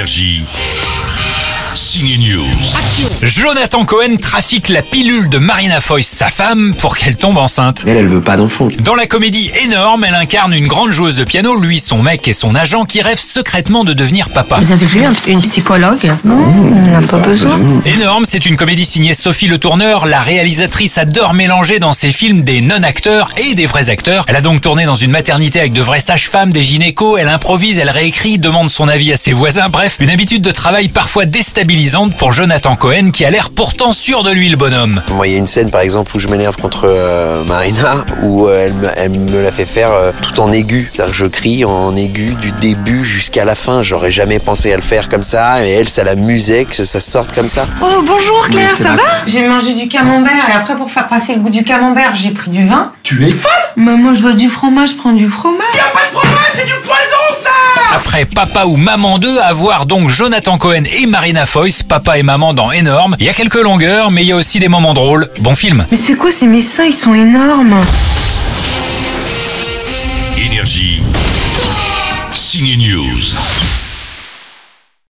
Énergie. Signe News. Jonathan Cohen trafique la pilule de Marina Foïs, sa femme, pour qu'elle tombe enceinte. Elle veut pas d'enfant. Dans la comédie Énorme, elle incarne une grande joueuse de piano, lui, son mec et son agent, qui rêvent secrètement de devenir papa. Vous avez vu une psychologue? Non, on n'a pas besoin. Énorme, c'est une comédie signée Sophie Le Tourneur. La réalisatrice adore mélanger dans ses films des non-acteurs et des vrais acteurs. Elle a donc tourné dans une maternité avec de vraies sages-femmes, des gynécos. Elle improvise, elle réécrit, demande son avis à ses voisins. Bref, une habitude de travail parfois déstabilisante pour Jonathan Cohen, qui a l'air pourtant sûr de lui, le bonhomme. Moi, il y a une scène, par exemple, où je m'énerve contre Marina, où elle me la fait faire tout en aigu. C'est-à-dire que je crie en aigu du début jusqu'à la fin. J'aurais jamais pensé à le faire comme ça. Et elle, ça l'amusait que ça sorte comme ça. Oh, bonjour Claire, ça va? J'ai mangé du camembert et après, pour faire passer le goût du camembert, j'ai pris du vin. Tu es folle? Mais moi, je veux du fromage, je prends du fromage. Y a pas de fromage, c'est du poison ça! Après Papa ou Maman 2, à voir donc Jonathan Cohen et Marina Foïs, papa et maman dans Énorme. Il y a quelques longueurs, mais il y a aussi des moments drôles. Bon film. Mais c'est quoi ces messins? Ils sont énormes. Énergie. Signe News.